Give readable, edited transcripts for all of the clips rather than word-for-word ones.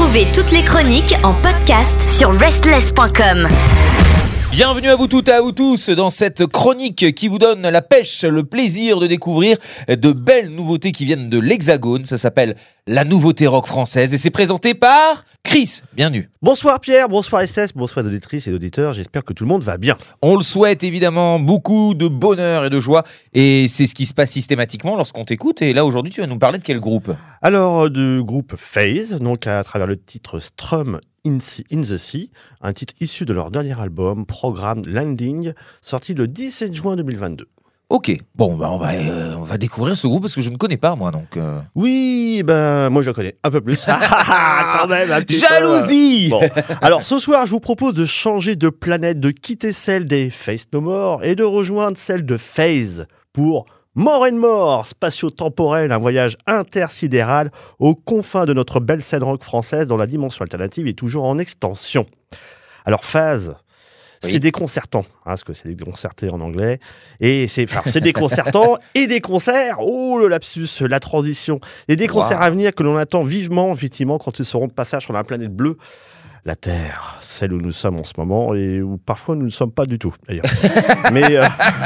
Retrouvez toutes les chroniques en podcast sur restless.com. Bienvenue à vous toutes et à vous tous dans cette chronique qui vous donne la pêche, le plaisir de découvrir de belles nouveautés qui viennent de l'Hexagone. Ça s'appelle la nouveauté rock française et c'est présenté par Chris. Bienvenue. Bonsoir Pierre, bonsoir Estelle, bonsoir auditrices et auditeurs, j'espère que tout le monde va bien. On le souhaite évidemment, beaucoup de bonheur et de joie et c'est ce qui se passe systématiquement lorsqu'on t'écoute. Et là aujourd'hui tu vas nous parler de quel groupe ? Alors du groupe FaZe, donc à travers le titre Strum in the Sea, un titre issu de leur dernier album, Programmed Landing, sorti le 17 juin 2022. Ok, bon, on va découvrir ce groupe parce que je ne connais pas moi donc. Oui, moi je le connais un peu plus. Quand même, un petit Jalousie. Bon. Alors ce soir, je vous propose de changer de planète, de quitter celle des Faith No More et de rejoindre celle de FaZe pour More and More, spatio-temporel, un voyage intersidéral aux confins de notre belle scène rock française dont la dimension alternative est toujours en extension. Alors FaZe, c'est déconcertant, parce que c'est déconcerté en anglais, et c'est déconcertant et des concerts, oh le lapsus, la transition, et des concerts à venir que l'on attend vivement, effectivement, quand ils seront de passage sur la planète bleue, la Terre, celle où nous sommes en ce moment, et où parfois nous ne sommes pas du tout, d'ailleurs. Mais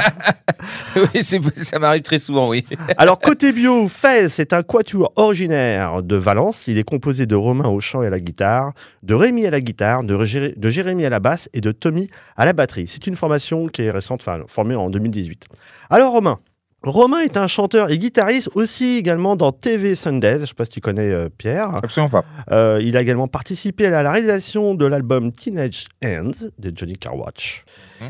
oui, ça m'arrive très souvent, oui. Alors, côté bio, FaZe, c'est un quatuor originaire de Valence. Il est composé de Romain au chant et à la guitare, de Rémi à la guitare, de Jérémy à la basse et de Tommy à la batterie. C'est une formation qui est récente, formée en 2018. Alors, Romain est un chanteur et guitariste aussi également dans TV Sundays. Je ne sais pas si tu connais Pierre. Absolument pas. Il a également participé à la réalisation de l'album Teenage Hands de Johnny Carwatch.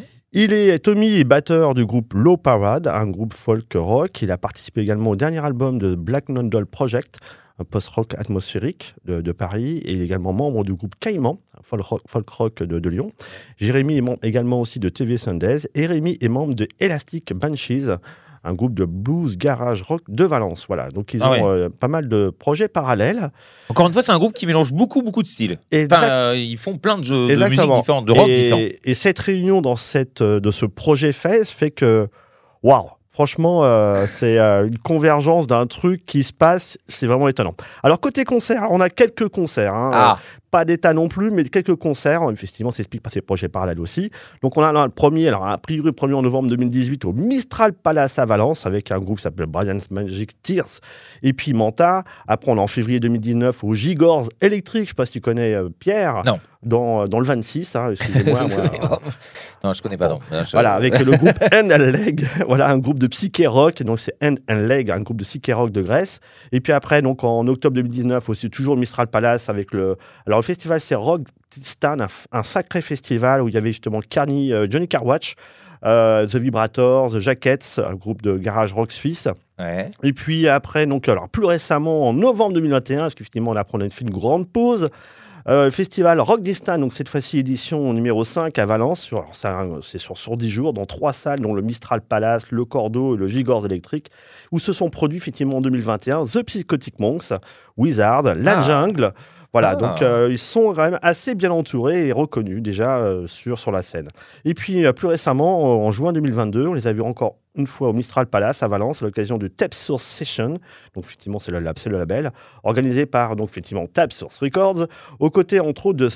Tommy est batteur du groupe Low Parade, un groupe folk rock. Il a participé également au dernier album de Black Nondal Project, un post-rock atmosphérique de Paris. Et il est également membre du groupe Caïman, un folk rock de Lyon. Jérémy est membre également aussi de TV Sundays. Et Rémi est membre de Elastic Banshees, un groupe de blues garage rock de Valence. Voilà, donc ils ont pas mal de projets parallèles. Encore une fois, c'est un groupe qui mélange beaucoup de styles. Ils font plein de jeux, de musique différentes, de rock différents. Et cette réunion de ce projet FaZe fait que, waouh, franchement, c'est une convergence d'un truc qui se passe, c'est vraiment étonnant. Alors, côté concert, on a quelques concerts. Pas d'état non plus, mais quelques concerts. Effectivement, ça s'explique par ces projets parallèles aussi. Donc, on a le premier, a priori, le 1er novembre 2018 au Mistral Palace à Valence avec un groupe qui s'appelle Brian's Magic Tears et puis Manta. Après, on a en février 2019 au Gigors Electric. Je ne sais pas si tu connais Pierre. Non. Dans le 26, excusez-moi. Non, je ne connais pas. Non. Voilà, avec le groupe Hand and Leg, voilà, un groupe de psyché rock. Donc, c'est Hand and Leg, un groupe de psyché rock de Grèce. Et puis après, donc, en octobre 2019, aussi toujours au Mistral Palace avec le. Alors, le festival, c'est Rockstan, un sacré festival où il y avait justement Johnny Carwatch, The Vibrators, The Jackets, un groupe de garage rock suisse. Ouais. Et puis après, donc, alors, plus récemment, en novembre 2021, parce qu'effectivement, là, on a fait une grande pause. Festival Rockdistan, donc cette fois-ci édition numéro 5 à Valence. C'est sur 10 jours, dans 3 salles, dont le Mistral Palace, le Cordo et le Gigors Electric, où se sont produits effectivement en 2021 The Psychotic Monks, Wizard, La Jungle. Voilà, donc ils sont quand même assez bien entourés et reconnus déjà sur la scène. Et puis plus récemment, en juin 2022, on les a vus encore une fois au Mistral Palace à Valence à l'occasion du Tap Source Session. Donc effectivement, c'est le label organisé par donc effectivement Tap Source Records, aux côtés entre autres de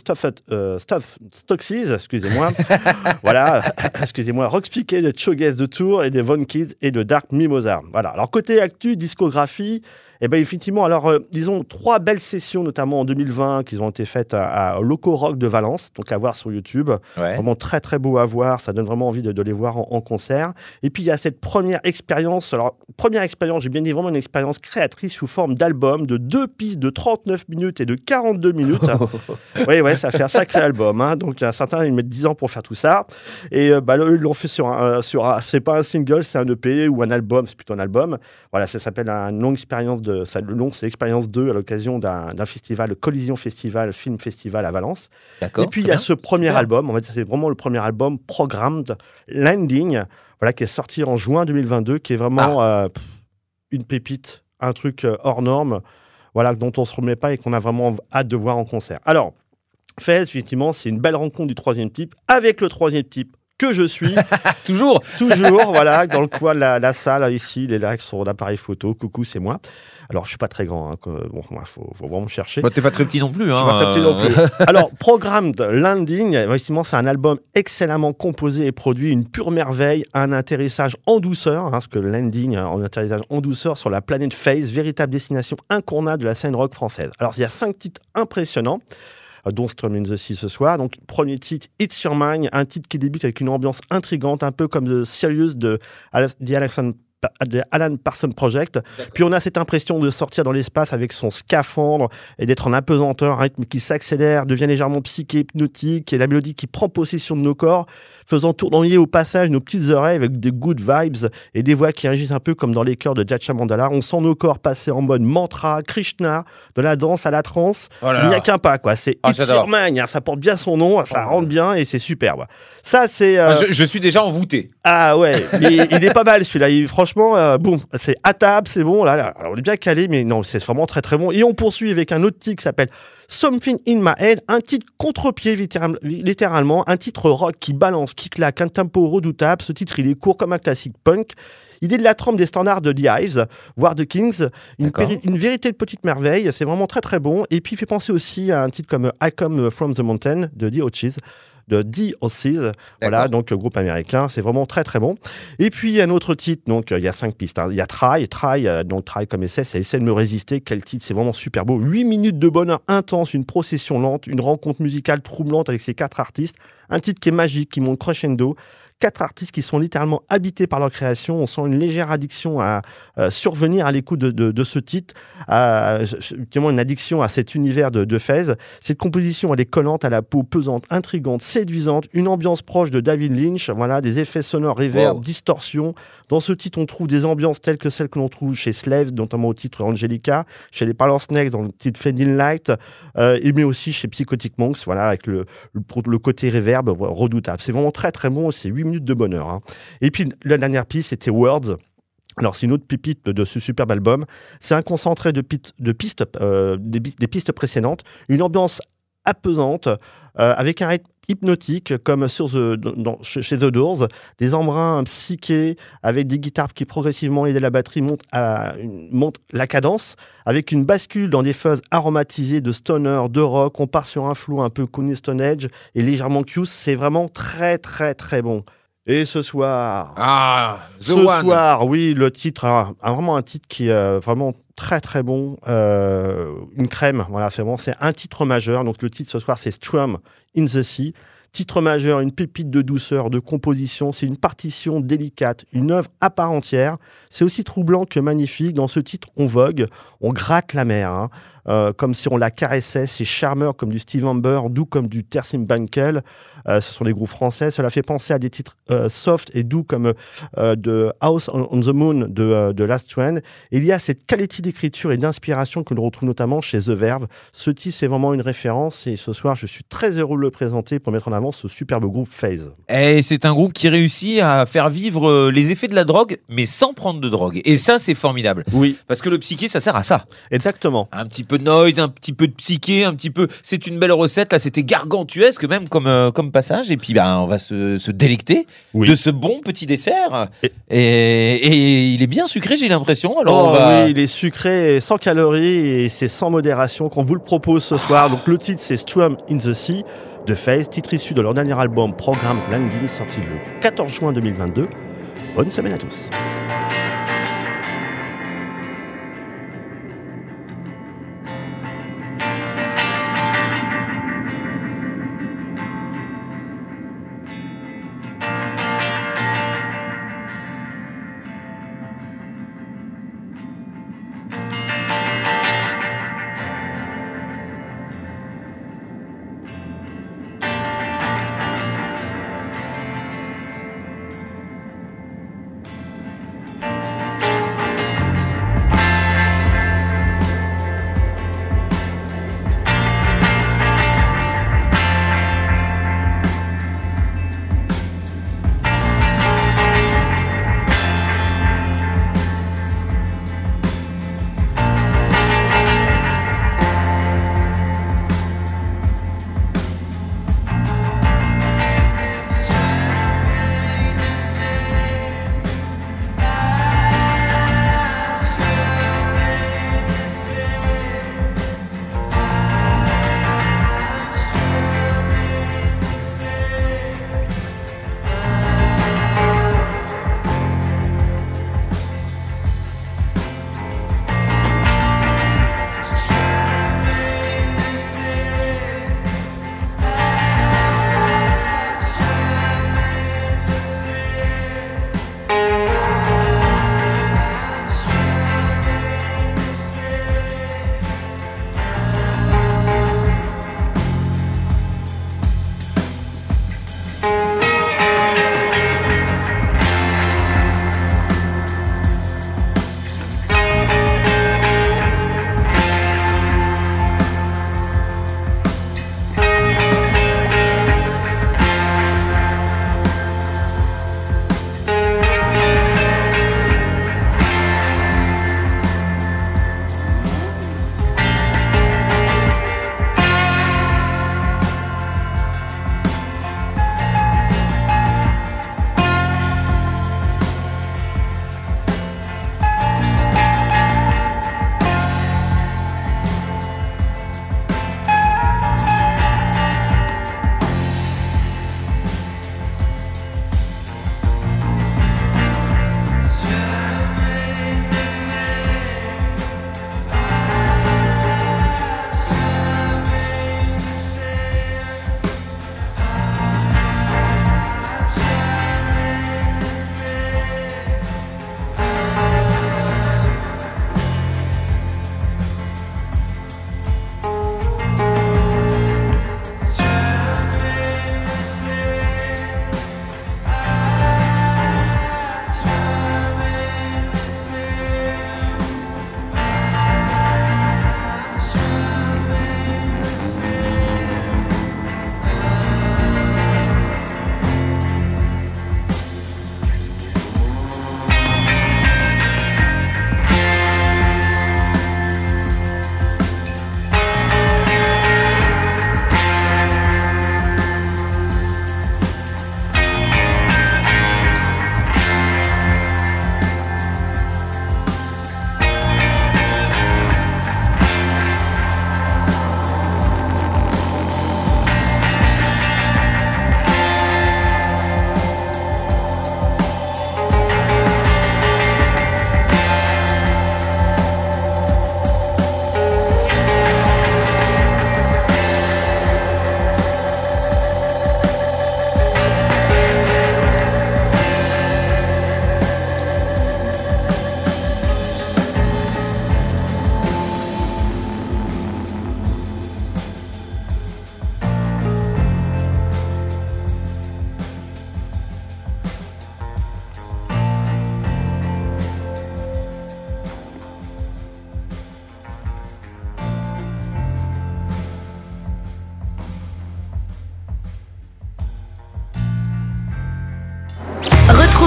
Stoxies, excusez-moi. Voilà, excusez-moi, Rox Piquet de Chogues de Tours et des Von Kids et de Dark Mimosa. Voilà. Alors côté actu, discographie, effectivement, disons 3 belles sessions, notamment en 2020, qui ont été faites à Loco Rock de Valence, donc à voir sur YouTube. Ouais. Vraiment très très beau à voir, ça donne vraiment envie de les voir en concert. Et puis il y a cette première expérience, j'ai bien dit vraiment une expérience créatrice sous forme d'album, de 2 pistes de 39 minutes et de 42 minutes. Oui, ça fait un sacré album. Donc il y a certains, ils mettent 10 ans pour faire tout ça. Et eux, ils l'ont fait sur c'est pas un single, c'est un EP ou un album, c'est plutôt un album. Voilà, ça s'appelle une longue expérience le nom, c'est Expérience 2 à l'occasion d'un festival, le Collision Festival, Film Festival à Valence. D'accord. Et puis il y a ce premier album, en fait, c'est vraiment le premier album, Programmed Landing, voilà, qui est sorti en juin 2022, qui est vraiment une pépite, un truc hors norme, voilà, dont on ne se remet pas et qu'on a vraiment hâte de voir en concert. Alors, FaZe, effectivement, c'est une belle rencontre du troisième type, avec le troisième type que je suis. Toujours. Toujours, voilà, dans le coin de la salle, ici, les là qui sont l'appareil photo. Coucou, c'est moi. Alors, je suis pas très grand, hein, bon, faut vraiment me chercher. Bah, t'es pas très petit non plus. Je Hein. suis pas très petit non plus. Alors, Programmed Landing, effectivement, c'est un album excellemment composé et produit, une pure merveille, un atterrissage en douceur, hein, parce que Landing, un atterrissage en douceur sur la planète Phase, véritable destination incontournable de la scène rock française. Alors, il y a 5 titres impressionnants, dont Storm in the Sea ce soir. Donc, premier titre, It's Your Mind, un titre qui débute avec une ambiance intrigante, un peu comme The Serious de Alan Parsons Project. Puis on a cette impression de sortir dans l'espace avec son scaphandre et d'être en apesanteur, un rythme qui s'accélère, devient légèrement psyché, hypnotique, et la mélodie qui prend possession de nos corps, faisant tournoyer au passage nos petites oreilles avec des good vibes et des voix qui agissent un peu comme dans les chœurs de Jacha Mandala. On sent nos corps passer en mode mantra, Krishna, de la danse à la trance. Il n'y a qu'un pas, quoi. C'est It's Your Mind, hein. Ça porte bien son nom, ça rentre bien et c'est superbe. Ça, c'est... Je suis déjà envoûté. Ah ouais, il est pas mal celui-là. Franchement, bon, c'est à table, c'est bon. Là, on est bien calé, mais non, c'est vraiment très très bon. Et on poursuit avec un autre titre qui s'appelle Something in My Head, un titre contre-pied littéralement, un titre rock qui balance, qui claque, un tempo redoutable. Ce titre, il est court comme un classique punk. Il est de la trempe des standards de The Hives, voire The Kings, une véritable petite merveille. C'est vraiment très très bon. Et puis il fait penser aussi à un titre comme I Come From The Mountain de The Oasis. De The Oasis, voilà, donc groupe américain, c'est vraiment très très bon. Et puis un autre titre, donc il y a 5 pistes, hein. Il y a Try, donc Try comme essai, ça essaie de me résister, quel titre, c'est vraiment super beau, 8 minutes de bonheur intense, une procession lente, une rencontre musicale troublante avec ces 4 artistes, un titre qui est magique, qui monte crescendo, 4 artistes qui sont littéralement habités par leur création. On sent une légère addiction à survenir à l'écoute de ce titre, une addiction à cet univers de Fez. Cette composition, elle est collante à la peau, pesante, intrigante, séduisante, une ambiance proche de David Lynch, voilà, des effets sonores, reverb, distorsion. Dans ce titre, on trouve des ambiances telles que celles que l'on trouve chez Slaves, notamment au titre Angelica, chez les Parlor Snakes dans le titre Fading Light, mais aussi chez Psychotic Monks, voilà, avec le côté reverb redoutable. C'est vraiment très très bon, c'est 8 minutes de bonheur, hein. Et puis la dernière piste, c'était Words. Alors c'est une autre pépite de ce superbe album. C'est un concentré des pistes précédentes, une ambiance apaisante, avec un rythme hypnotique comme chez The Doors, des embruns psychés avec des guitares qui progressivement aident la batterie montent la cadence, avec une bascule dans des phases aromatisées de stoner, de rock. On part sur un flow un peu Coney Stone Age et légèrement Q's. C'est vraiment très très très bon. Et ce soir, oui, le titre, vraiment un titre qui est vraiment très très bon, une crème, voilà, c'est un titre majeur. Donc le titre ce soir, c'est Storm in the Sea. Titre majeur, une pépite de douceur, de composition, c'est une partition délicate, une œuvre à part entière. C'est aussi troublant que magnifique. Dans ce titre, on vogue, on gratte la mer, hein. Comme si on la caressait. C'est charmeur comme du Steve Amber, doux comme du Tersim Bankel. Ce sont des groupes français. Cela fait penser à des titres soft et doux comme de House on the Moon de Last Trend. Et il y a cette qualité d'écriture et d'inspiration que l'on retrouve notamment chez The Verve. Ce titre, c'est vraiment une référence. Et ce soir, je suis très heureux de le présenter pour mettre en avant ce superbe groupe Phase. Et c'est un groupe qui réussit à faire vivre les effets de la drogue, mais sans prendre de drogue. Et ça, c'est formidable. Oui. Parce que le psyché, ça sert à ça. Exactement. Un petit peu de noise, un petit peu de psyché, un petit peu. C'est une belle recette. Là, c'était gargantuesque même comme passage. Et puis, on va se délecter de ce bon petit dessert. Et il est bien sucré, j'ai l'impression. Alors, oui, il est sucré, sans calories et c'est sans modération qu'on vous le propose ce soir. Donc le titre, c'est Storm in the Sea de Phase, titre issu de leur dernier album Programmed Landing, sorti le 14 juin 2022. Bonne semaine à tous.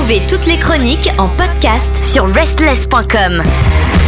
Retrouvez toutes les chroniques en podcast sur restless.com.